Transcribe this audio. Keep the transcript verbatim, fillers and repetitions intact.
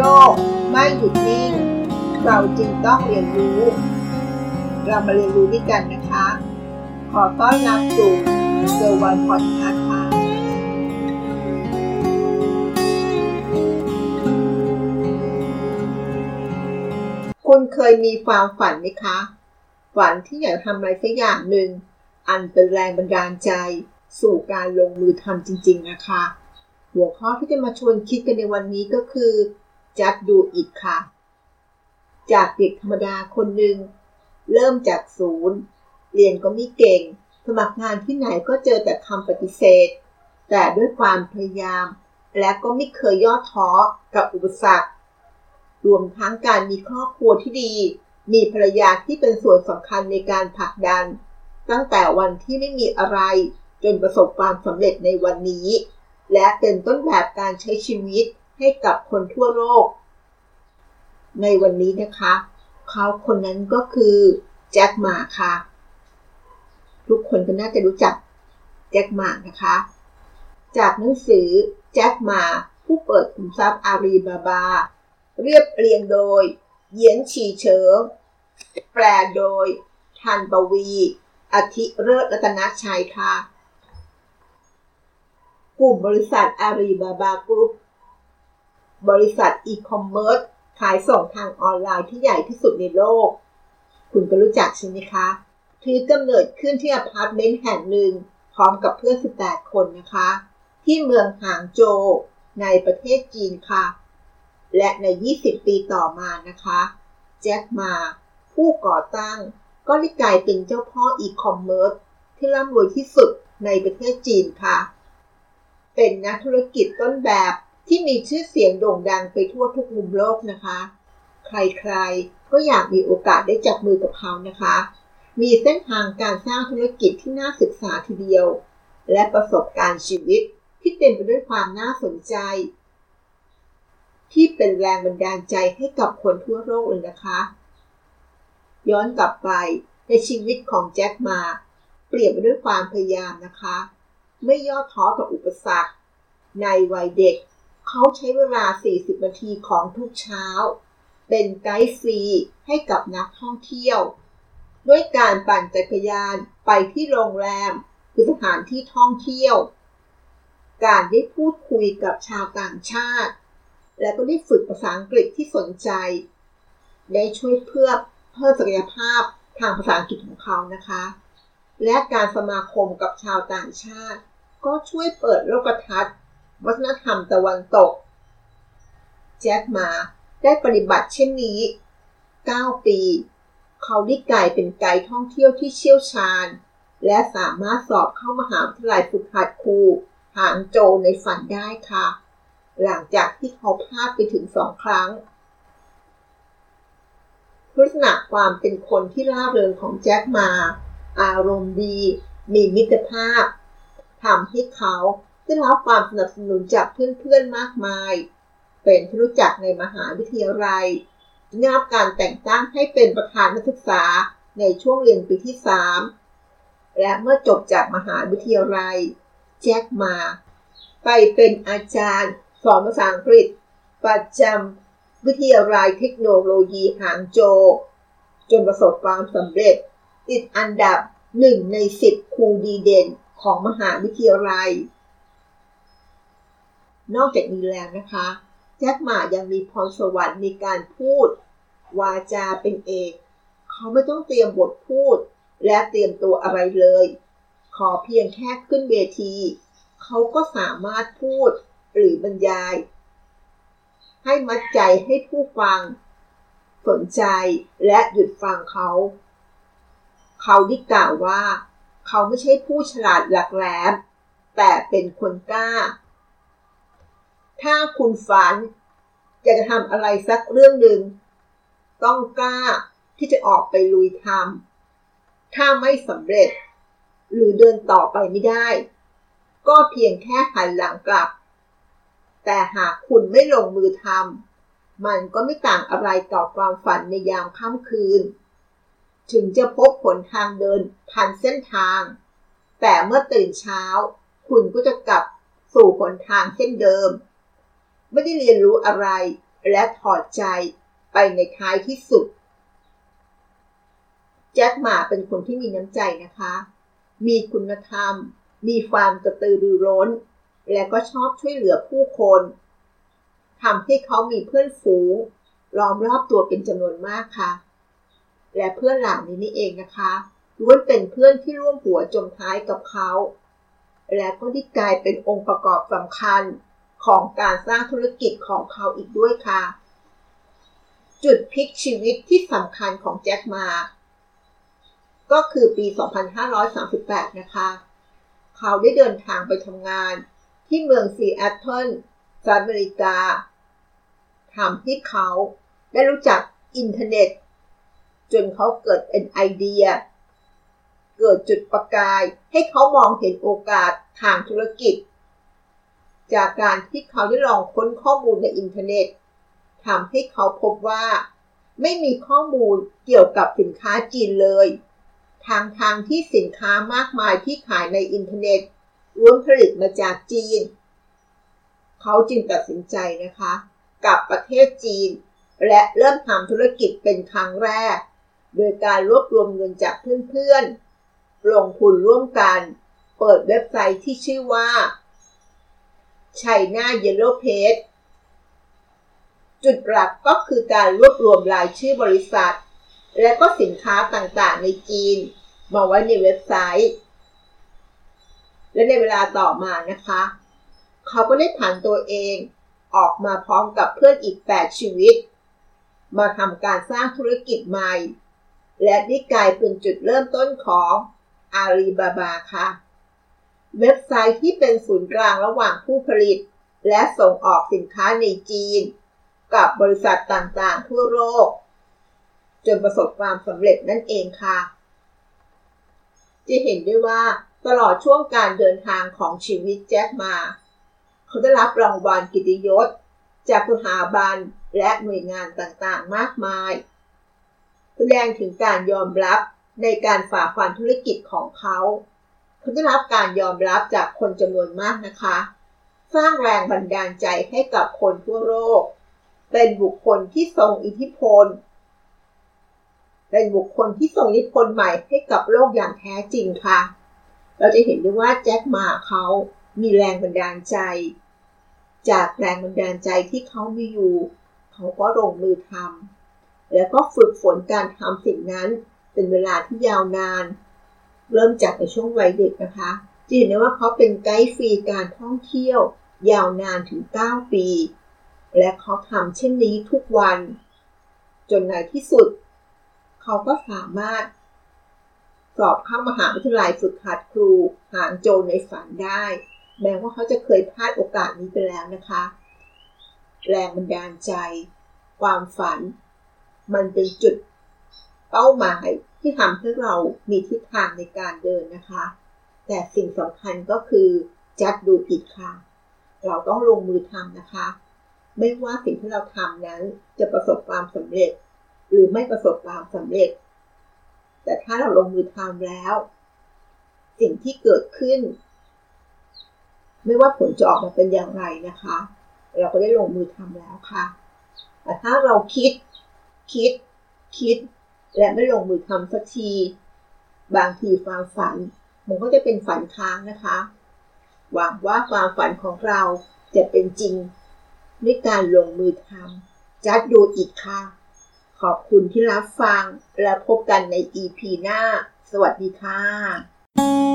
กไม่หยุดนิ่งเราจึงต้องเรียนรู้เรามาเรียนรู้ด้วยกันนะคะขอต้อนรับสู่เซอร์วันพอดคาสต์ค่ะคุณเคยมีความฝันไหมคะฝันที่อยากทำอะไรสักอย่างหนึ่งอันเป็นแรงบันดาลใจสู่การลงมือทำจริงๆนะคะหัวข้อที่จะมาชวนคิดกันในวันนี้ก็คือ Just Do It ค่ะจากเด็กธรรมดาคนหนึ่งเริ่มจากศูนย์เรียนก็ไม่เก่งสมัครงานที่ไหนก็เจอแต่คำปฏิเสธแต่ด้วยความพยายามและก็ไม่เคยย่อท้อกับอุปสรรครวมทั้งการมีครอบครัวที่ดีมีภรรยาที่เป็นส่วนสำคัญในการผลักดันตั้งแต่วันที่ไม่มีอะไรจนประสบความสำเร็จในวันนี้และเป็นต้นแบบการใช้ชีวิตให้กับคนทั่วโลกในวันนี้นะคะเขาคนนั้นก็คือแจ็คหม่าค่ะทุกคนก็น่าจะรู้จักแจ็คหม่านะคะจากหนังสือแจ็คหม่าผู้เปิดขุมทรัพย์อาลีบาบาเรียบเรียงโดยเหยียนฉีเฉิงแปลโดยทันปวีอธิเลิศรัตนชัยค่ะกลุ่มบริษัทอาลีบาบากรุ๊ปบริษัทอีคอมเมิร์ซขายส่งทางออนไลน์ที่ใหญ่ที่สุดในโลกคุณก็รู้จักใช่ไหมคะถือกำเนิดขึ้นที่อพาร์ตเมนต์แห่งหนึ่งพร้อมกับเพื่อนสิบแปดคนนะคะที่เมืองหางโจวในประเทศจีนค่ะและในยี่สิบปีต่อมานะคะแจ็คหม่าผู้ก่อตั้งก็ได้กลายเป็นเจ้าพ่ออีคอมเมิร์ซที่ร่ำรวยที่สุดในประเทศจีนค่ะเป็นนักธุรกิจต้นแบบที่มีชื่อเสียงโด่งดังไปทั่วทุกมุมโลกนะคะใครๆก็อยากมีโอกาสได้จับมือกับเขานะคะมีเส้นทางการสร้างธุรกิจที่น่าศึกษาทีเดียวและประสบการณ์ชีวิตที่เต็มไปด้วยความน่าสนใจที่เป็นแรงบันดาลใจให้กับคนทั่วโลกเลยนะคะย้อนกลับไปในชีวิตของแจ็คหม่าเปลี่ยนไปด้วยความพยายามนะคะไม่ย่อท้อต่ออุปสรรคในวัยเด็กเขาใช้เวลาสี่สิบนาทีของทุกเช้าเป็นไกด์ฟรีให้กับนักท่องเที่ยวด้วยการปั่นจักรยานไปที่โรงแรมคือสถานที่ท่องเที่ยวการได้พูดคุยกับชาวต่างชาติและก็ได้ฝึกภาษาอังกฤษที่สนใจได้ช่วยเพื่อเพิ่มศักยภาพทางภาษาอังกฤษของเขานะคะและการสมาคมกับชาวต่างชาติก็ช่วยเปิดโลกทัศน์วัฒนธรรมตะวันตกแจ็คหม่าได้ปฏิบัติเช่นนี้เก้าปีเขาได้กลายเป็นไกด์ท่องเที่ยวที่เชี่ยวชาญและสามารถสอบเข้ามหาวิทยาลัยฝึกหัดครูหางโจวในฝันได้ค่ะหลังจากที่เขาพลาดไปถึงสองครั้งลักษณะความเป็นคนที่ร่าเริงของแจ็คหม่าอารมณ์ดีมีมิตรภาพทำให้เขาได้รับความสนับสนุนจากเพื่อนๆมากมายเป็นที่รู้จักในมหาวิทยาลัยได้รับการแต่งตั้งให้เป็นประธานนักศึกษาในช่วงเรียนปีที่สามและเมื่อจบจากมหาวิทยาลัยแจ็คหม่าไปเป็นอาจารย์สอนภาษาอังกฤษประจำวิทยาลัยเทคโนโลยีหางโจวจนประสบความสำเร็จติดอันดับหนึ่งในสิบครูดีเด่นของมหาวิทยาลัยนอกจากนี้แล้วนะคะแจ็คหม่ายังมีพรสวรรค์ในการพูดวาจาเป็นเอกเขาไม่ต้องเตรียมบทพูดและเตรียมตัวอะไรเลยขอเพียงแค่ขึ้นเวทีเขาก็สามารถพูดหรือบรรยายให้มัดใจให้ผู้ฟังสนใจและหยุดฟังเขาเขาได้กล่าวว่าเขาไม่ใช่ผู้ฉลาดหลักแหลมแต่เป็นคนกล้าถ้าคุณฝันอยากจะทำอะไรสักเรื่องหนึ่งต้องกล้าที่จะออกไปลุยทำถ้าไม่สำเร็จหรือเดินต่อไปไม่ได้ก็เพียงแค่หันหลังกลับแต่หากคุณไม่ลงมือทำมันก็ไม่ต่างอะไรต่อความฝันในยามค่ำคืนถึงจะพบหนทางเดินผ่านเส้นทางแต่เมื่อตื่นเช้าคุณก็จะกลับสู่หนทางเส้นเดิมไม่ได้เรียนรู้อะไรและถอดใจไปในท้ายที่สุดแจ็คหม่าเป็นคนที่มีน้ำใจนะคะมีคุณธรรมมีความกระตือรือร้นและก็ชอบช่วยเหลือผู้คนทำให้เขามีเพื่อนฝูงล้อมรอบตัวเป็นจำนวนมากค่ะและเพื่อนเหล่านี้นี่เองนะคะล้วนเป็นเพื่อนที่ร่วมหัวจมท้ายกับเขาและก็ได้กลายเป็นองค์ประกอบสำคัญของการสร้างธุรกิจของเขาอีกด้วยค่ะจุดพลิกชีวิตที่สำคัญของแจ็คหม่าก็คือปี สองพันห้าร้อยสามสิบแปด นะคะเขาได้เดินทางไปทำงานที่เมืองซีแอตเทิลสหรัฐอเมริกาทำให้เขาได้รู้จักอินเทอร์เน็ตจนเขาเกิดเป็นไอเดียเกิดจุดประกายให้เขามองเห็นโอกาสทางธุรกิจจากการที่เขาได้ลองค้นข้อมูลในอินเทอร์เน็ตทำให้เขาพบว่าไม่มีข้อมูลเกี่ยวกับสินค้าจีนเลยทางทางที่สินค้ามากมายที่ขายในอินเทอร์เน็ตล้วนผลิตมาจากจีนเขาจึงตัดสินใจนะคะกลับประเทศจีนและเริ่มทำธุรกิจเป็นครั้งแรกโดยการรวบรวมเงินจากเพื่อนๆลงทุนร่วมกันเปิดเว็บไซต์ที่ชื่อว่า China Yellow Page จุดหลักก็คือการรวบรวมรายชื่อบริษัทและก็สินค้าต่างๆในจีนมาไว้ในเว็บไซต์และในเวลาต่อมานะคะเขาก็ได้ผันตัวเองออกมาพร้อมกับเพื่อนอีกแปดชีวิตมาทำการสร้างธุรกิจใหม่และได้กลายเป็นจุดเริ่มต้นของอาลีบาบาค่ะเว็บไซต์ที่เป็นศูนย์กลางระหว่างผู้ผลิตและส่งออกสินค้าในจีนกับบริษัทต่างๆทั่วโลกจนประสบความสำเร็จนั่นเองค่ะจะเห็นได้ว่าตลอดช่วงการเดินทางของชีวิตแจ็คหม่าเขาได้รับรางวัลเกียรติยศจากสถาบันและหน่วยงานต่างๆมากมายแสดงถึงการยอมรับในการฝ่าฟันธุรกิจของเขาเขาได้รับการยอมรับจากคนจำนวนมากนะคะสร้างแรงบันดาลใจให้กับคนทั่วโลกเป็นบุคคลที่ทรงอิทธิพลเป็นบุคคลที่ทรงอิทธิพลใหม่ให้กับโลกอย่างแท้จริงค่ะเราจะเห็นได้ว่าแจ็คหม่าเขามีแรงบันดาลใจจากแรงบันดาลใจที่เขามีอยู่เขาก็ลงมือทำแล้วก็ฝึกฝนการทำสิ่งนั้นเป็นเวลาที่ยาวนานเริ่มจากในช่วงวัยเด็กนะคะจะเห็นได้ว่าเขาเป็นไกด์ฟรีการท่องเที่ยวยาวนานถึงเก้าปีและเขาทำเช่นนี้ทุกวันจนในที่สุดเขาก็สามารถสอบเข้ามหาวิทยาลัยฝึกหัดครูหางโจวในฝันได้แม้ว่าเขาจะเคยพลาดโอกาสนี้ไปแล้วนะคะแรงบันดาลใจความฝันมันเป็นจุดเป้าหมายที่ทำให้เรามีทิศทางในการเดินนะคะแต่สิ่งสำคัญก็คือจัดดูผิดค่ะเราต้องลงมือทำนะคะไม่ว่าสิ่งที่เราทำนั้นจะประสบความสำเร็จหรือไม่ประสบความสำเร็จแต่ถ้าเราลงมือทำแล้วสิ่งที่เกิดขึ้นไม่ว่าผลจะออกมาเป็นอย่างไรนะคะเราก็ได้ลงมือทำแล้วค่ะแต่ถ้าเราคิดคิดคิดและไม่ลงมือทำสักทีบางทีความฝันมันก็จะเป็นฝันค้างนะคะหวังว่าความฝันของเราจะเป็นจริงด้วยการลงมือทำจัดดูอีกค่ะขอบคุณที่รับฟังและพบกันใน อี พี หน้าสวัสดีค่ะ